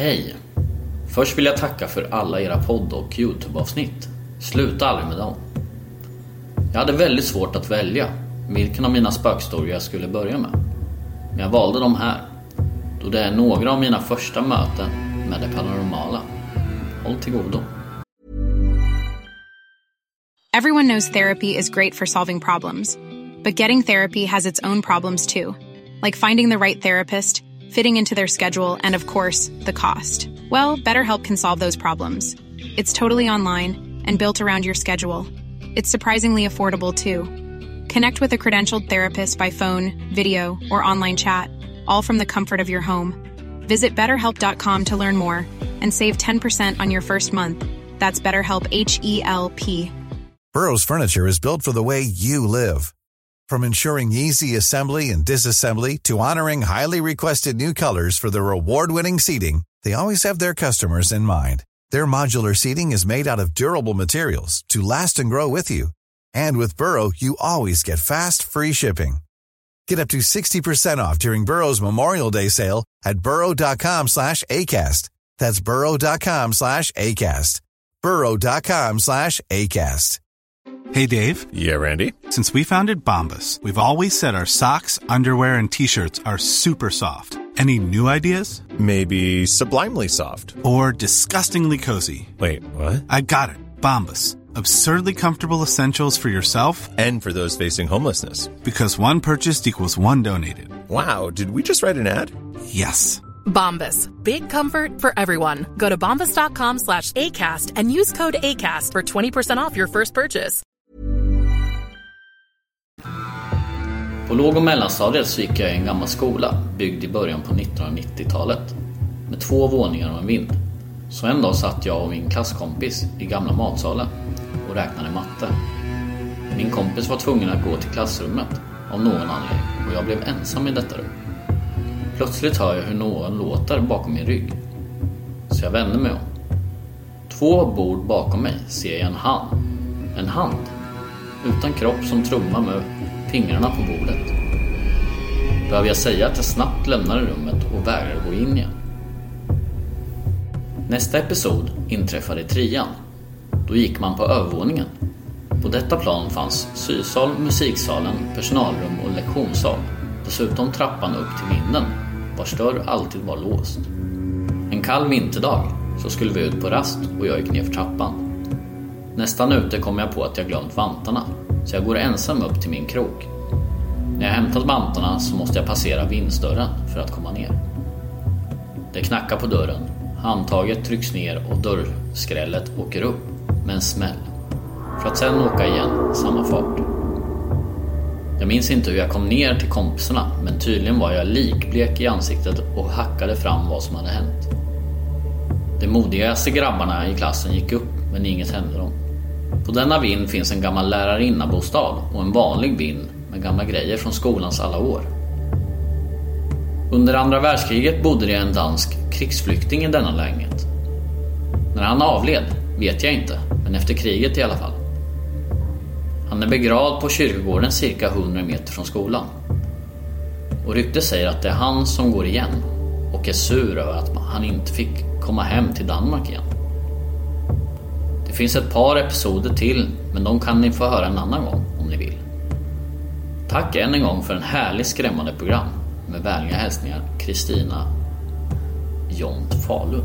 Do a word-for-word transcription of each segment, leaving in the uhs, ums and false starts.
Hej! Först vill jag tacka för alla era podd- och YouTube-avsnitt. Sluta aldrig med dem. Jag hade väldigt svårt att välja vilken av mina spökstorier jag skulle börja med. Men jag valde dem här, då det är några av mina första möten med det paranormala. Håll till godo. Everyone knows therapy is great for solving problems. But getting therapy has its own problems too. Like finding the right therapist, fitting into their schedule, and of course, the cost. Well, BetterHelp can solve those problems. It's totally online and built around your schedule. It's surprisingly affordable too. Connect with a credentialed therapist by phone, video, or online chat, all from the comfort of your home. Visit better help dot com to learn more and save ten percent on your first month. That's BetterHelp, H E L P. Burrow's furniture is built for the way you live. From ensuring easy assembly and disassembly to honoring highly requested new colors for their award-winning seating, they always have their customers in mind. Their modular seating is made out of durable materials to last and grow with you. And with Burrow, you always get fast, free shipping. Get up to sixty percent off during Burrow's Memorial Day sale at burrow dot com slash ACAST. That's burrow dot com slash ACAST. burrow dot com slash ACAST. Hey, Dave. Yeah, Randy. Since we founded Bombas, we've always said our socks, underwear, and T-shirts are super soft. Any new ideas? Maybe sublimely soft. Or disgustingly cozy. Wait, what? I got it. Bombas. Absurdly comfortable essentials for yourself and for those facing homelessness. Because one purchased equals one donated. Wow, did we just write an ad? Yes. Bombas. Big comfort for everyone. Go to bombas dot com slash ACAST and use code ACAST for twenty percent off your first purchase. På låg- och mellanstadiet så gick jag i en gammal skola byggd i början på nittonhundranittiotalet med två våningar och en vind. Så en dag satt jag och min klasskompis i gamla matsalen och räknade matte. Min kompis var tvungen att gå till klassrummet av någon anledning och jag blev ensam i detta rum. Plötsligt hör jag hur någon låter bakom min rygg. Så jag vänder mig om. Två bord bakom mig ser jag en hand. En hand. Utan kropp som trummar med fingrarna på bordet. Behöver jag säga att jag snabbt lämnade rummet och vägrade gå in igen. Nästa episod inträffade i trean. Då gick man på övervåningen. På detta plan fanns sysal, musiksalen, personalrum och lektionssal. Dessutom trappan upp till vinden, vars dörr alltid var låst. En kall vinterdag så skulle vi ut på rast och jag gick ner för trappan. Nästan ute kom jag på att jag glömt vantarna, så jag går ensam upp till min krok. När jag hämtat vantarna så måste jag passera vindsdörren för att komma ner. Det knackar på dörren, handtaget trycks ner och dörrskrället åker upp med en smäll. För att sedan åka igen samma fart. Jag minns inte hur jag kom ner till kompisarna, men tydligen var jag likblek i ansiktet och hackade fram vad som hade hänt. De modigaste grabbarna i klassen gick upp, men inget hände dem. På denna vind finns en gammal lärarinnabostad och en vanlig vind med gamla grejer från skolans alla år. Under andra världskriget bodde det en dansk krigsflykting i denna lägenhet. När han avled vet jag inte, men efter kriget i alla fall. Han är begravd på kyrkogården cirka hundra meter från skolan. Och ryktet säger att det är han som går igen och är sur över att han inte fick komma hem till Danmark igen. Det finns ett par episoder till, men de kan ni få höra en annan gång om ni vill. Tack än en gång för en härlig skrämmande program. Med vänliga hälsningar, Kristina Jont Falun.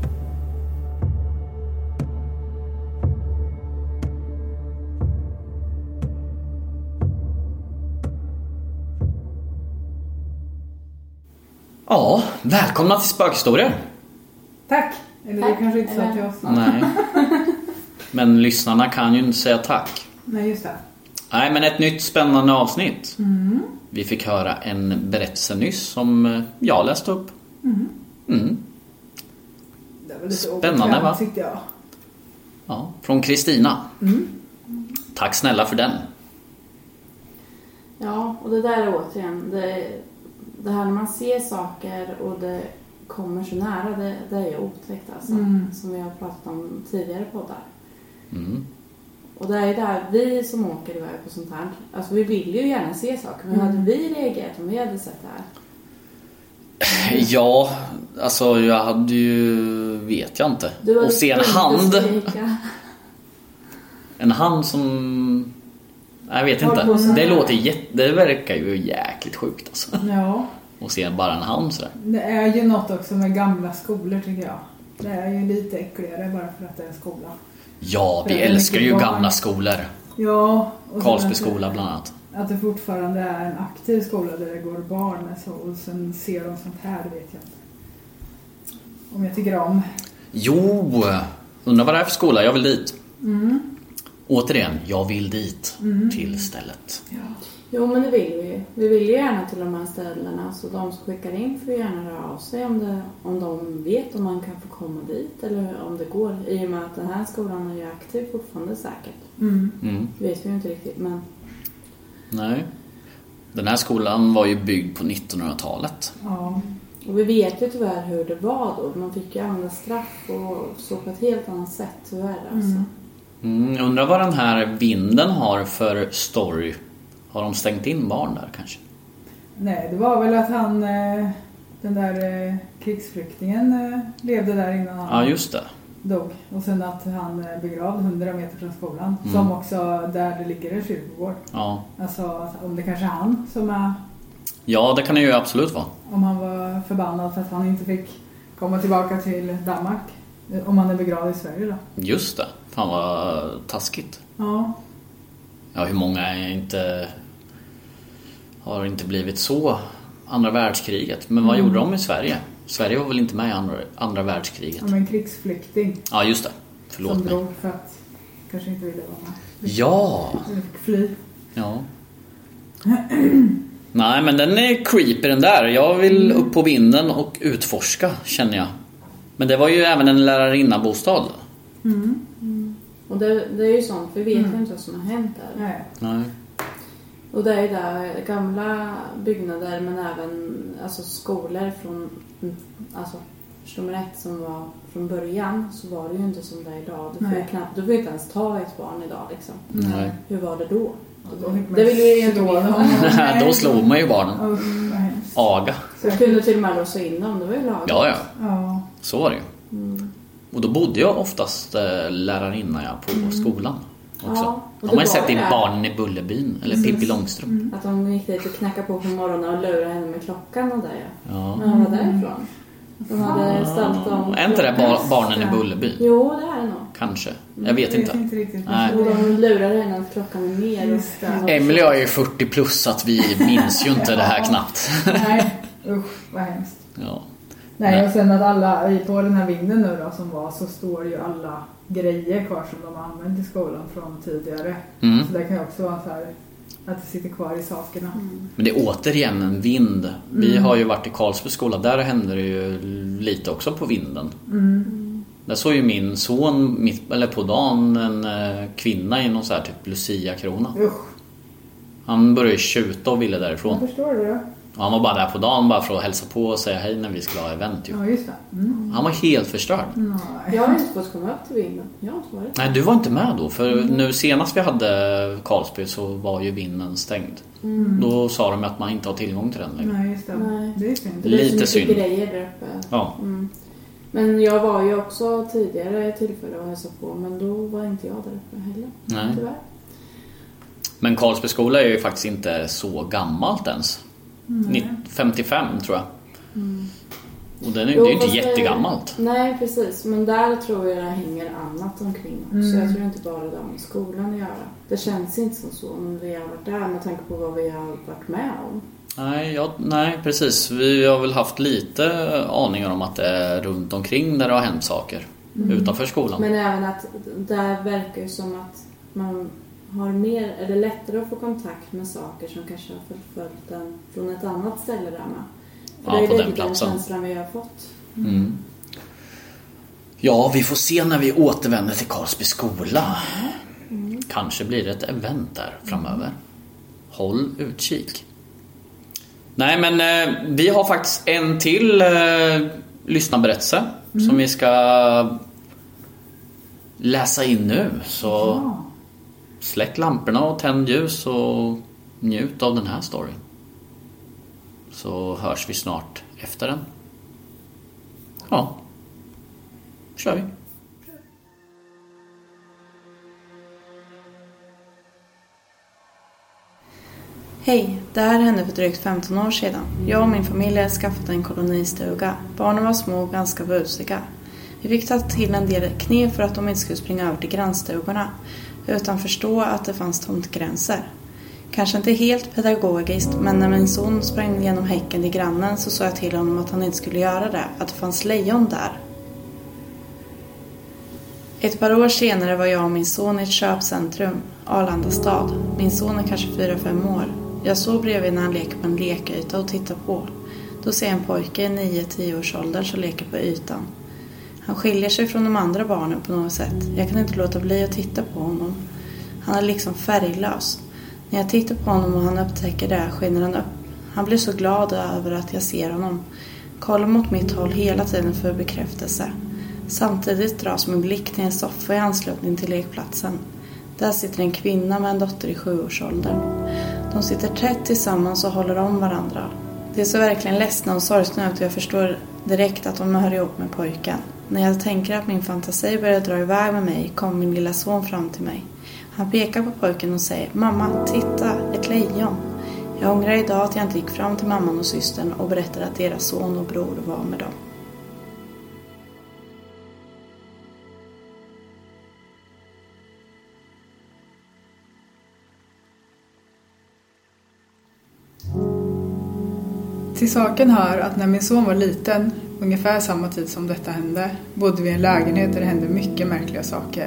Ja, välkomna till Spökhistorier. Tack. Eller det kanske inte sa till oss. Nej. Men lyssnarna kan ju inte säga tack. Nej, just det. Nej, men ett nytt spännande avsnitt. Mm. Vi fick höra en berättelse nyss som jag läste upp. Mm. Mm. Det var lite spännande, va? Tyckte jag. Ja, från Kristina. Mm. Tack snälla för den. Ja, och det där är återigen det, det här när man ser saker och det kommer så nära, det, det är ju otäckt alltså. Mm. Som vi har pratat om tidigare poddar. Mm. Och det är där vi som åker iväg på sånt här. Alltså vi vill ju gärna se saker. Men mm. hade vi reagerat om vi hade sett det här? Ja, alltså jag hade ju, vet jag inte. Och se en hand. En hand som, jag vet inte. Det låter jätte, det verkar ju jäkligt sjukt alltså. Ja. Och se bara en hand sådär. Det är ju något också med gamla skolor tycker jag. Det är ju lite äckligare bara för att det är en skola. Ja, vi älskar ju gamla skolor. Ja. Karlsby skola bland annat. Att det fortfarande är en aktiv skola där det går barn så, och sen ser de sånt här, det vet jag inte. Om jag tycker om. Jo, undrar vad det är för skola, jag vill dit. Mm. Återigen, jag vill dit Mm. till stället. Ja. Jo, men det vill vi ju. Vi vill ju gärna till de här ställena. Så de som skickar in får gärna röra av sig om, det, om de vet om man kan få komma dit. Eller om det går. I och med att den här skolan är ju aktiv fortfarande säkert. Mm. Mm. Det vet vi ju inte riktigt, men... Nej. Den här skolan var ju byggd på nittonhundratalet. Ja. Och vi vet ju tyvärr hur det var då. Man fick ju använda straff och så på ett helt annat sätt tyvärr alltså. Mm. Mm, jag undrar vad den här vinden har för story. Har de stängt in barn där kanske? Nej, det var väl att han, eh, den där eh, krigsflyktingen eh, levde där innan han Ja, just det. dog. Och sen att han eh, begravde hundra meter från skolan. Mm. Som också där det ligger en kyrkogård. Ja. Alltså att om det kanske är han som är, Ja, det kan det ju absolut vara. om han var förbannad för att han inte fick komma tillbaka till Danmark. eh, Om han är begravd i Sverige då. Just det. Fan vad taskigt. Ja. Ja, hur många är inte har inte blivit så andra världskriget. Men vad Mm. gjorde de i Sverige? Sverige var väl inte med i andra, andra världskriget? Om en krigsflykting Ja, just det. Förlåt som mig. drog för att kanske inte ville vara med. Ja. Eller fick fly. Ja. Nej, men den är creepy den där. Jag vill upp på vinden och utforska, känner jag. Men det var ju även en lärarinnabostad. Mm. Och det, det är ju sånt, vi vet Mm. ju inte vad som har hänt där. Nej. Nej. Och det är ju där gamla byggnader men även alltså, skolor från, alltså nummer ett som var från början så var det ju inte som det är idag. Du får ju Nej. knappt, du får ju inte ens ta ett barn idag liksom. Nej. Hur var det då? Då fick man Det vill vi ju inte slå veta. dem. Nej. Då slog man ju barnen. Usch, vad hemskt. Aga. Så jag kunde till och med låsa in dem, det var ju lagligt. Ja, ja. Ja. Så var det ju. Mm. Och då bodde jag oftast äh, lärarinna jag på skolan också. Ja, och De det har ju var sett i det. Barnen i Bullerbyn. Eller Pippi Långstrump. Att de gick dit och knackade på på morgonen och lurade henne med klockan och där ja. Ja. Men vad var det ifrån? De hade ställt dem... Är inte det bar- Barnen i Bullerbyn? Jo, det är det nog. Kanske. Jag vet inte. inte riktigt. Nej. Och de lurade henne att klockan är mer. Just det. Emily är ju fyrtio plus så att vi minns ju inte det här knappt. Nej, usch, vad hemskt. Ja. Nej, Nej. och sen att alla, på den här vinden nu då som var, så står ju alla grejer kvar som de har använt i skolan från tidigare. Mm. Så det kan ju också vara så här att det sitter kvar i sakerna. Mm. Men det är återigen en vind. Vi Mm. har ju varit i Karlsby skola. Där händer det ju lite också på vinden. Mm. Där såg ju min son mitt, eller på dagen en eh, kvinna i någon så här typ Lucia-krona. Usch, Han började tjuta och ville därifrån. jag förstår det då. Och han var bara där på dagen bara för att hälsa på och säga hej när vi skulle ha event ju. Ja, just det. Mm. Han var helt förstörd. Nej. Jag har inte fått komma upp till vinden. Jag har inte varit. Nej, du var inte med då. För nu senast vi hade Karlsby så var ju vinden stängd. Mm. Då sa de att man inte har tillgång till den längre. Nej, just det. Nej. Det är synd. Det är så Lite mycket synd. grejer där uppe. Ja. Mm. Men jag var ju också tidigare tillfälle att hälsa på. Men då var inte jag där uppe heller. Nej. Tyvärr. Men Karlsby skola är ju faktiskt inte så gammalt ens. femtiofem tror jag. Mm. Och den är, Jo, det är ju inte fast det- jättegammalt. Nej, precis. Men där tror jag det hänger annat omkring också. Mm. Jag tror inte bara det har med skolan att göra. Det känns inte som så när vi har varit där med tanke på vad vi har varit med om. Nej, ja, nej, precis. Vi har väl haft lite aningar om att det är runt omkring där det har hänt saker. Utanför skolan. Men även att där verkar ju som att man har mer, eller lättare att få kontakt med saker som kanske har förföljt den från ett annat ställe där med. För Ja, det är på lite den platsen. känslan vi har fått. Mm. Ja, vi får se när vi återvänder till Karlsby skola. Kanske blir det ett event där framöver. Håll utkik. Nej, men eh, vi har faktiskt en till eh, lyssnarberättelse som vi ska läsa in nu. Så Ja. släck lamporna och tänd ljus och njut av den här storyn. Så hörs vi snart efter den. Ja. Kör vi. Hej, det här hände för drygt femton år sedan. Jag och min familj hade skaffat en kolonistuga. Barnen var små och ganska busiga. Vi fick ta till en del knep för att de inte skulle springa över till grannstugorna, utan förstå att det fanns tomtgränser. Kanske inte helt pedagogiskt, men när min son sprang genom häcken till grannen så sa jag till honom att han inte skulle göra det, att det fanns lejon där. Ett par år senare var jag och min son i ett köpcentrum, Arlanda stad. Min son är kanske fyra fem år. Jag såg bredvid när han leker på en lekyta och tittar på. Då ser jag en pojke i nio tio års ålder som leker på ytan. Han skiljer sig från de andra barnen på något sätt. Jag kan inte låta bli att titta på honom. Han är liksom färglös. När jag tittar på honom och han upptäcker det skiner han upp. Han blir så glad över att jag ser honom. Kollar mot mitt håll hela tiden för bekräftelse. Samtidigt dras min blick till en soffa i anslutning till lekplatsen. Där sitter en kvinna med en dotter i sjuårsåldern. De sitter tätt tillsammans och håller om varandra. Det ser verkligen ledsna och sorgsna ut och jag förstår direkt att de hör ihop med pojken. När jag tänker att min fantasi börjar dra iväg med mig kommer min lilla son fram till mig. Han pekar på pojken och säger: mamma, titta, ett lejon. Jag ångrar idag att jag inte gick fram till mamman och systern och berättade att deras son och bror var med dem. Till saken hör att när min son var liten, ungefär samma tid som detta hände, bodde vi i en lägenhet där det hände mycket märkliga saker.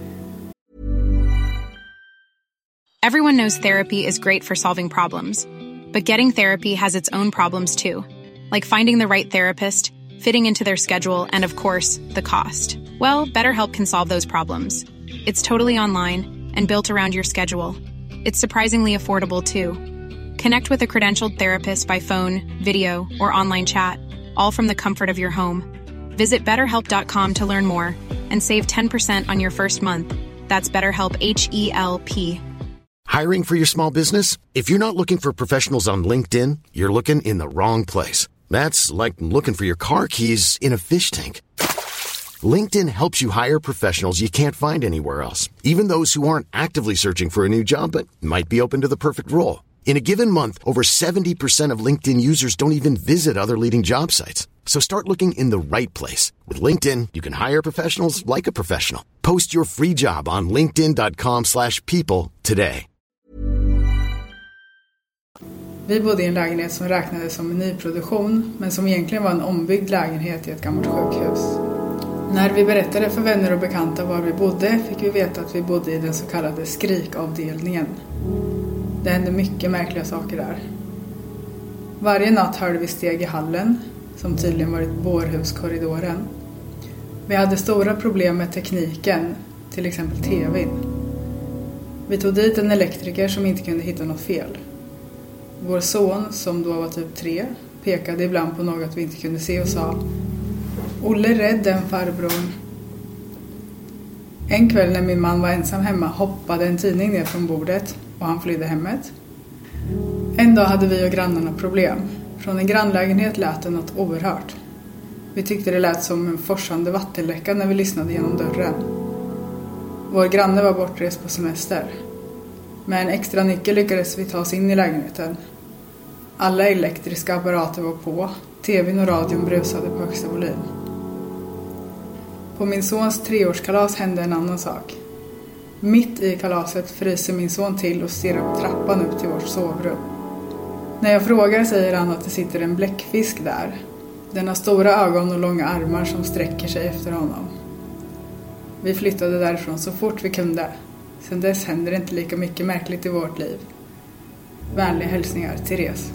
Everyone knows therapy is great for solving problems. But getting therapy has its own problems too. Like finding the right therapist, fitting into their schedule, and of course, the cost. Well, BetterHelp can solve those problems. It's totally online and built around your schedule. It's surprisingly affordable too. Connect with a credentialed therapist by phone, video, or online chat, all from the comfort of your home. Visit better help dot com to learn more and save ten percent on your first month. That's BetterHelp, H E L P. Hiring for your small business? If you're not looking for professionals on LinkedIn, you're looking in the wrong place. That's like looking for your car keys in a fish tank. LinkedIn helps you hire professionals you can't find anywhere else, even those who aren't actively searching for a new job but might be open to the perfect role. In a given month, over seventy percent of LinkedIn users don't even visit other leading job sites. So start looking in the right place. With LinkedIn, you can hire professionals like a professional. Post your free job on linkedin dot com slash people today. Vi bodde i en lägenhet som räknades som en nyproduktion, men som egentligen var en ombyggd lägenhet i ett gammalt sjukhus. När vi berättade för vänner och bekanta var vi bodde fick vi veta att vi bodde i den så kallade skrikavdelningen. Det hände mycket märkliga saker där. Varje natt hörde vi steg i hallen, som tydligen varit bårhuskorridoren. Vi hade stora problem med tekniken, till exempel tvn. Vi tog dit en elektriker som inte kunde hitta något fel. Vår son, som då var typ tre, pekade ibland på något vi inte kunde se och sa: Olle, rädd den farbrorn. En kväll när min man var ensam hemma hoppade en tidning ner från bordet och han flydde hemmet. En dag hade vi och grannarna problem. Från en grannlägenhet lät det något oerhört. Vi tyckte det lät som en forsande vattenläcka när vi lyssnade genom dörren. Vår granne var bortrest på semester. Med en extra nyckel lyckades vi ta oss in i lägenheten. Alla elektriska apparater var på. Tvn och radion brusade på högsta volym. På min sons treårskalas hände en annan sak. Mitt i kalaset fryser min son till och stirrar på trappan upp till vårt sovrum. När jag frågar säger han att det sitter en bläckfisk där. Den har stora ögon och långa armar som sträcker sig efter honom. Vi flyttade därifrån så fort vi kunde. Sedan dess händer det inte lika mycket märkligt i vårt liv. Vänliga hälsningar, Therese.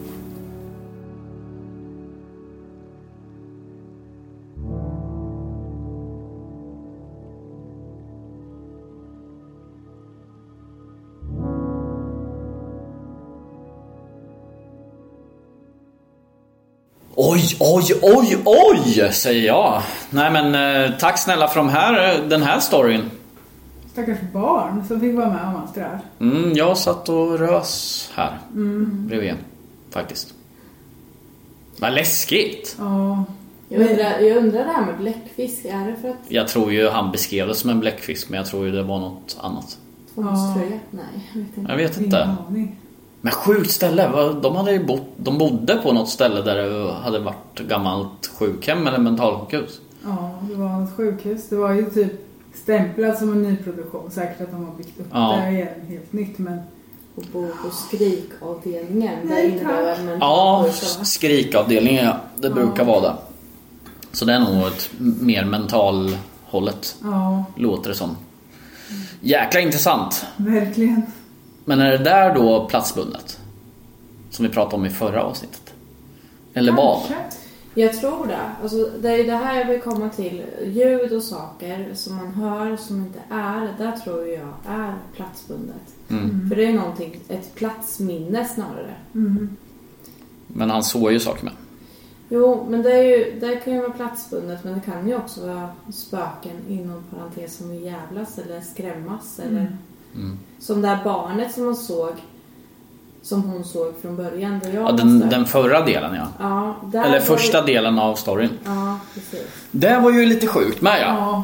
Oj, oj, oj, oj, säger jag. Nej men eh, tack snälla för de här, den här storyn. Stackars barn som fick vara med om allt det där. Mm, jag satt och rös här mm. bredvid, faktiskt. Vad läskigt. Ja, Jag undrar, jag undrar det här med bläckfisk. Är det för att... Jag tror ju han beskrev det som en bläckfisk, men jag tror ju det var något annat. Tvångströja? Ja. Nej, jag vet inte. Jag vet inte. Men sjukt ställe. De hade ju bott, de bodde på något ställe där det hade varit gammalt sjukhem eller mentalsjukhus. Ja, det var ett sjukhus. Det var ju typ stämplat som en nyproduktion. Säkert att de har byggt upp ja. det igen helt nytt, men... Och bo på skrikavdelningen. Nej, där ja, skrikavdelningen, ja. Det ja. brukar vara det. Så det är nog ett mer mentalhållet. Ja. Låter det som. Jäkla intressant. Verkligen. Men är det där då platsbundet? Som vi pratade om i förra avsnittet? Eller vad? Jag tror det. Alltså, det är det här jag vill komma till. Ljud och saker som man hör som inte är. Där tror jag är platsbundet. Mm. För det är någonting, ett platsminne snarare. Mm. Men han såg ju saker med. Jo, men det, är ju, det kan ju vara platsbundet. Men det kan ju också vara spöken inom parentes som vill jävlas eller skrämmas. Mm. Eller mm. som det här barnet som hon såg. Som hon såg från början. Då jag ja, den, den förra delen, ja. ja där eller första det... delen av storyn. Ja, precis. Det var ju lite sjukt med, ja. ja.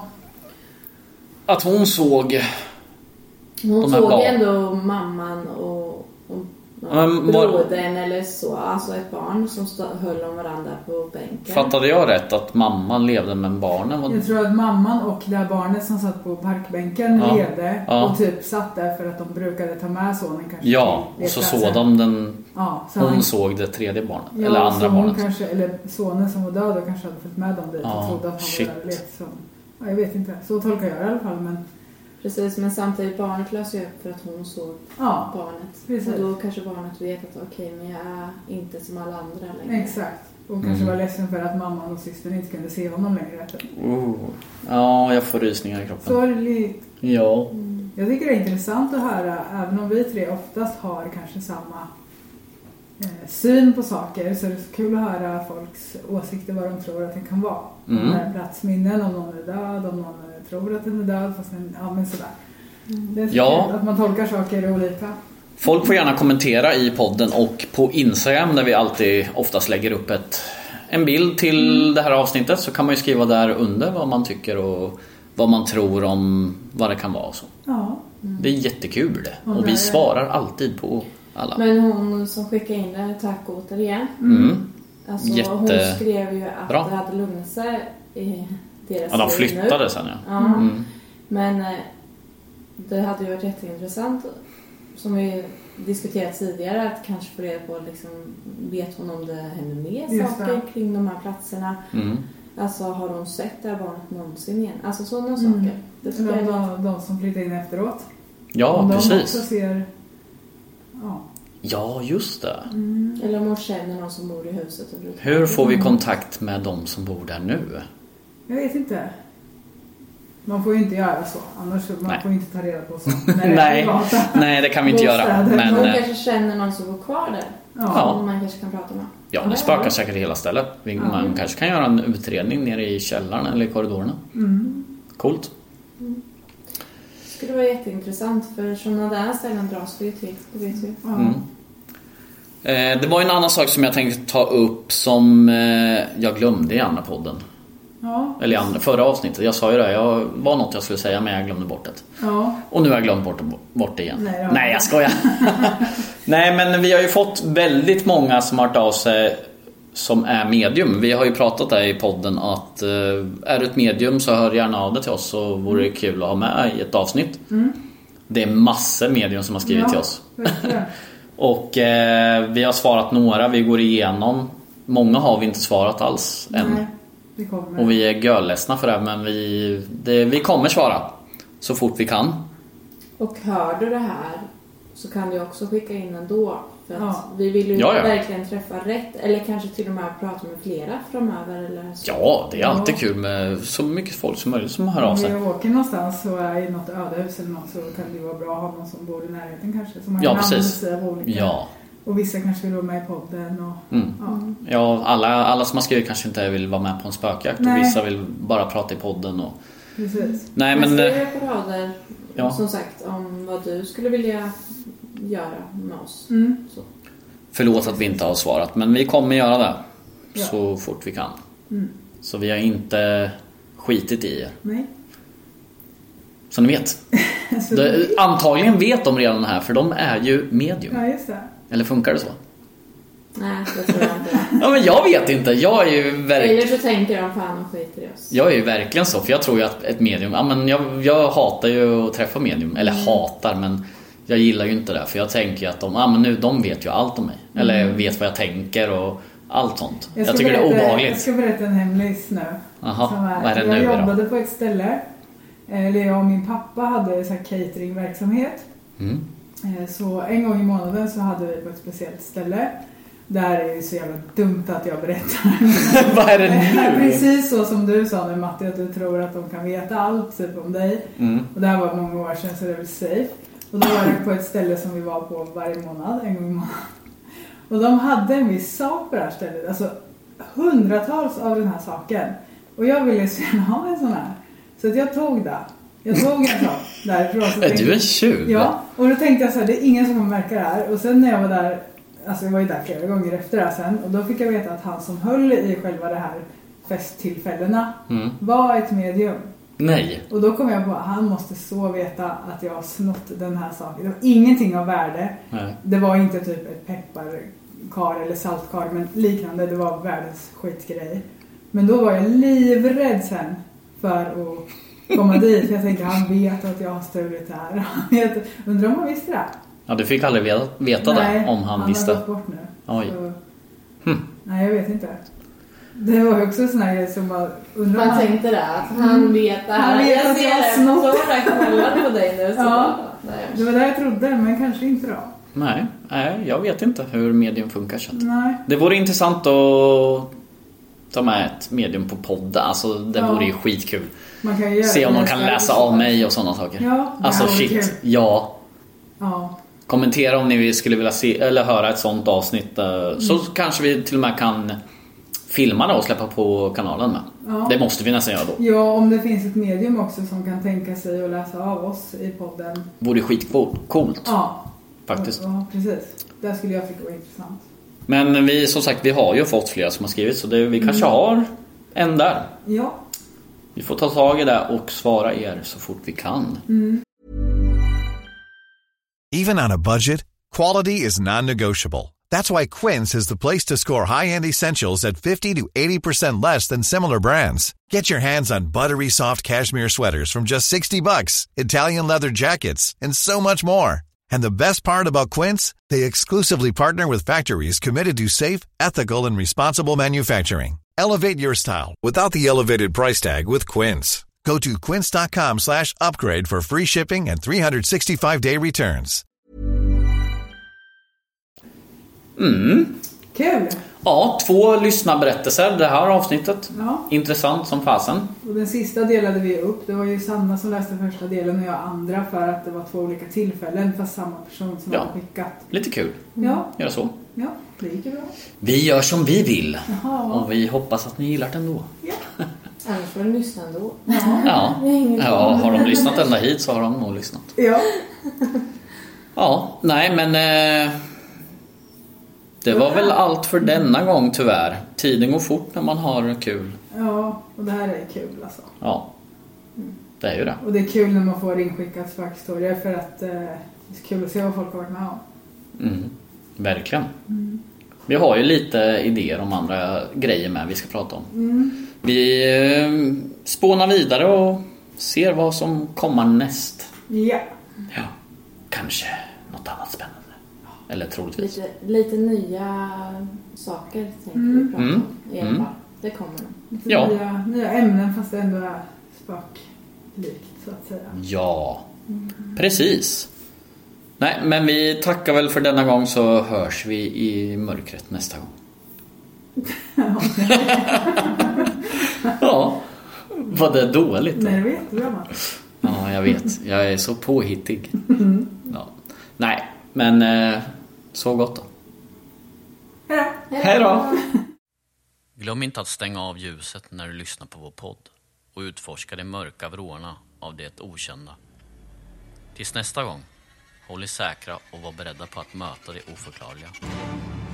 Att hon såg... Hon såg barn. Ändå mamman och, och men, brodern eller så. Alltså ett barn som stod, höll om varandra på bänken. Fattade jag rätt att mamman levde med barnen? Var... Jag tror att mamman och det här barnet som satt på parkbänken ja. levde. Ja. Och typ satt där för att de brukade ta med sonen kanske. Ja, och så såg de den... Ja, så hon han... såg det tredje barnet. Ja, eller andra barnet. Kanske, eller sonen som var död och kanske hade följt med dem dit. Ja, och trodde att han shit. var där som... Ja, jag vet inte. Så tolkar jag det i alla fall, men... Precis, men samtidigt barnet löser ju upp för att hon såg ja, barnet. Precis. Och då kanske barnet vet att okej, okay, men jag är inte som alla andra längre. Exakt. Och mm. kanske var ledsen för att mamman och systern inte kunde se honom längre. Oh. Ja, jag får rysningar i kroppen. Sorgligt. Ja. Mm. Jag tycker det är intressant att höra, även om vi tre oftast har kanske samma eh, syn på saker, så är det så kul att höra folks åsikter vad de tror att det kan vara. Mm. Om platsminnen, om någon är död, om någon tror att den är död, fast den, ja, men sådär. Det är så ja. att man tolkar saker olika. Folk får gärna kommentera i podden och på Instagram, där vi alltid oftast lägger upp ett, en bild till mm. det här avsnittet, så kan man ju skriva där under vad man tycker och vad man tror om vad det kan vara. Så. Ja. Mm. Det är jättekul det. Och vi svarar alltid på alla. Men hon som skickade in det, tack återigen. Mm. Alltså, Jätte... hon skrev ju att Bra. det hade lugnat sig i deras ja, de flyttade nu. sen, ja. ja. Mm. Men eh, det hade ju varit jätteintressant, som vi diskuterat tidigare, att kanske få reda på, liksom, vet hon om det händer mer Just saker det. kring de här platserna. Mm. Alltså, har hon sett det här barnet någonsin igen? Alltså sådana mm. saker. Det Eller de, jag... de som flyttar in efteråt. Ja, om precis. De också ser... Ja. Ja, just det. Mm. Eller om hon känner någon som bor i huset. Och hur får vi kontakt med de som bor där nu? Jag vet inte. Man får ju inte göra så. Annars man Nej. får ju inte ta reda på sånt. Nej. Nej, det kan vi inte göra. Men man kanske känner någon som bor kvar där. Ja. Som man kanske kan prata med. Ja, det spökar säkert hela stället. Man ja. kanske kan göra en utredning nere i källaren eller i korridorerna. Mm. Coolt. Mm. Det skulle vara jätteintressant, för sådana där ställen dras vi till. Det vet vi. Ja. Mm. Eh, det var en annan sak som jag tänkte ta upp som eh, jag glömde i andra podden. Ja. Eller i andra, förra avsnittet. Jag sa ju det, jag var något jag skulle säga, men jag glömde bort det. Ja. Och nu har jag glömt bort, bort det igen. Nej, ja. Nej, jag skojar. Nej, men vi har ju fått väldigt många som har hört av sig som är medium. Vi har ju pratat där i podden att eh, är du ett medium så hör gärna av dig till oss, så vore det kul att ha med i ett avsnitt. Mm. Det är massor medium som har skrivit ja, till oss. Och eh, vi har svarat några, vi går igenom. Många har vi inte svarat alls än. Nej. Vi kommer. Och vi är görledsna för det, men vi, det, vi kommer svara så fort vi kan. Och hör du det här så kan du också skicka in ändå. För att ja. vi vill ju ja, ja. verkligen träffa rätt. Eller kanske till och med prata med flera framöver. Eller så. Ja, det är alltid ja. kul med så mycket folk som möjligt som hör av sig. Om vi åker någonstans så är i något ödehus eller något, så kan det vara bra att ha någon som bor i närheten kanske. Så man ja, kan precis. använda sig av olika. Ja. Och vissa kanske vill vara med i podden. Och, mm. ja. ja, alla, alla som har skrivit kanske inte vill vara med på en spökjakt. Nej. Och vissa vill bara prata i podden. Och... Precis. Nej, men... men skriv på rader, ja. som sagt, om vad du skulle vilja göra med oss. Mm. Så. Förlåt att vi inte har svarat, men vi kommer göra det ja. så fort vi kan. Mm. Så vi har inte skitit i er. Nej. Så ni vet. Alltså, det, antagligen vet de redan det här, för de är ju medium. Ja, just det. Eller funkar det så? Nej, det tror jag inte. Ja, men jag vet inte. Jag är ju verkligen... Eller så tänker de fan och skiter i oss. Jag är ju verkligen så, för jag tror ju att ett medium... Ja, men jag, jag hatar ju att träffa medium. Eller mm. hatar, men jag gillar ju inte det. För jag tänker ju att de, ja, men nu, de vet ju allt om mig. Mm. Eller vet vad jag tänker och allt sånt. Jag, jag tycker berätta, det är obehagligt. Jag ska berätta en hemlis nu. Aha, som är, vad är det jag nu jobbade då? på ett ställe. Eller jag och min pappa hade så här cateringverksamhet. Mm. Så en gång i månaden så hade vi på ett speciellt ställe. Där är det så jävla dumt att jag berättar. Vad är det nu? Precis så som du sa nu, Matti, att du tror att de kan veta allt typ om dig. Mm. Och det här var många år sedan, så det är väl safe. Och då var det på ett ställe som vi var på varje månad, en gång i månaden. Och de hade en viss sak på det här stället. Alltså hundratals av den här saken. Och jag ville så gärna ha en sån här. Så att jag tog det. Jag tog en sån därifrån. Så är du en tjuv? Ja, och då tänkte jag så här, det är ingen som kommer märka det här. Och sen när jag var där, alltså jag var ju där flera gånger efter det här sen. Och då fick jag veta att han som höll i själva det här festtillfällena mm. var ett medium. Nej. Och då kom jag på att han måste så veta att jag har snott den här saken. Det var ingenting av värde. Nej. Det var inte typ ett pepparkar eller saltkar, men liknande. Det var världens skitgrej. Men då var jag livrädd sen för att komma dit. Jag tänkte, han vet att jag har stulit det här. Undrar om han visste det. Ja, du fick aldrig veta, veta nej, det om han, han visste. Nej, han har gått bort nu. Oj. Så, hm. Nej, jag vet inte. Det var ju också sån här som bara... Man han... tänkte det, att han vet det här. Han vet jag att ser jag det. snott. Så jag kollade på dig nu. Så ja, nej. Det var det jag trodde, men kanske inte då. Nej, nej, jag vet inte hur medium funkar. Så nej. Det vore intressant att ta med ett medium på podden. Alltså, det ja. vore ju skitkul. Man kan ju se om de kan läsa av mig och sådana saker. Ja, alltså shit, kul. ja. Ja. Kommentera om ni skulle vilja se eller höra ett sånt avsnitt. Mm. Så kanske vi till och med kan filma det och släppa på kanalen med. Ja. Det måste vi nästan göra då. Ja, om det finns ett medium också som kan tänka sig att läsa av oss i podden. Vore skitcoolt. Ja. Faktiskt. Ja, precis. Det skulle jag tycka var intressant. Men vi, som sagt, vi har ju fått flera som har skrivit. Så det, vi mm. kanske har en där. Ja. Vi får ta tag i det och svara er så fort vi kan. Mm. Even on a budget, quality is non-negotiable. That's why Quince is the place to score high-end essentials at fifty to eighty percent less than similar brands. Get your hands on buttery soft cashmere sweaters from just sixty bucks, Italian leather jackets, and so much more. And the best part about Quince, they exclusively partner with factories committed to safe, ethical, and responsible manufacturing. Elevate your style without the elevated price tag with Quince. Go to quince.com slash upgrade for free shipping and three sixty-five day returns. Mm. Kul! Ja, två lyssnarberättelser det här avsnittet. Ja. Intressant som fasen. Och den sista delade vi upp. Det var ju Sanna som läste första delen och jag andra, för att det var två olika tillfällen fast samma person som ja. hade skickat. Lite kul. Ja. Gör så. Ja, det gick ju bra. Vi gör som vi vill. Jaha. Och vi hoppas att ni gillar det ändå. Ja. Annars får de lyssna ändå. Ja. Ja. Ja, har de lyssnat ända hit så har de nog lyssnat. Ja. Ja, nej men eh, det var väl allt för denna gång tyvärr. Tiden går fort när man har kul. Ja, och det här är kul alltså. Ja, det är ju det. Och det är kul när man får inskickat spökhistorier, för att eh, det är kul att se vad folk har varit med om. Mm, verkligen. Mm. Vi har ju lite idéer om andra grejer med vi ska prata om. Mm. Vi eh, spånar vidare och ser vad som kommer näst. Ja. Ja, kanske något annat spännande. Eller troligtvis. Lite, lite nya saker tänker mm. vi prata mm. om i alla mm. fall. Det kommer nog. Lite ja. nya, nya ämnen fast det ändå är spöklikt så att säga. Ja, mm. precis. Nej, men vi tackar väl för denna gång, så hörs vi i mörkret nästa gång. Ja, var det dåligt då? Nej, det var jättebra, man. Ja, jag vet. Jag är så påhittig. Ja. Nej, men eh, så gott då. Hej då. Hej då. Glöm inte att stänga av ljuset när du lyssnar på vår podd och utforska de mörka vrårna av det okända. Tills nästa gång, håll er säkra och var beredda på att möta det oförklarliga.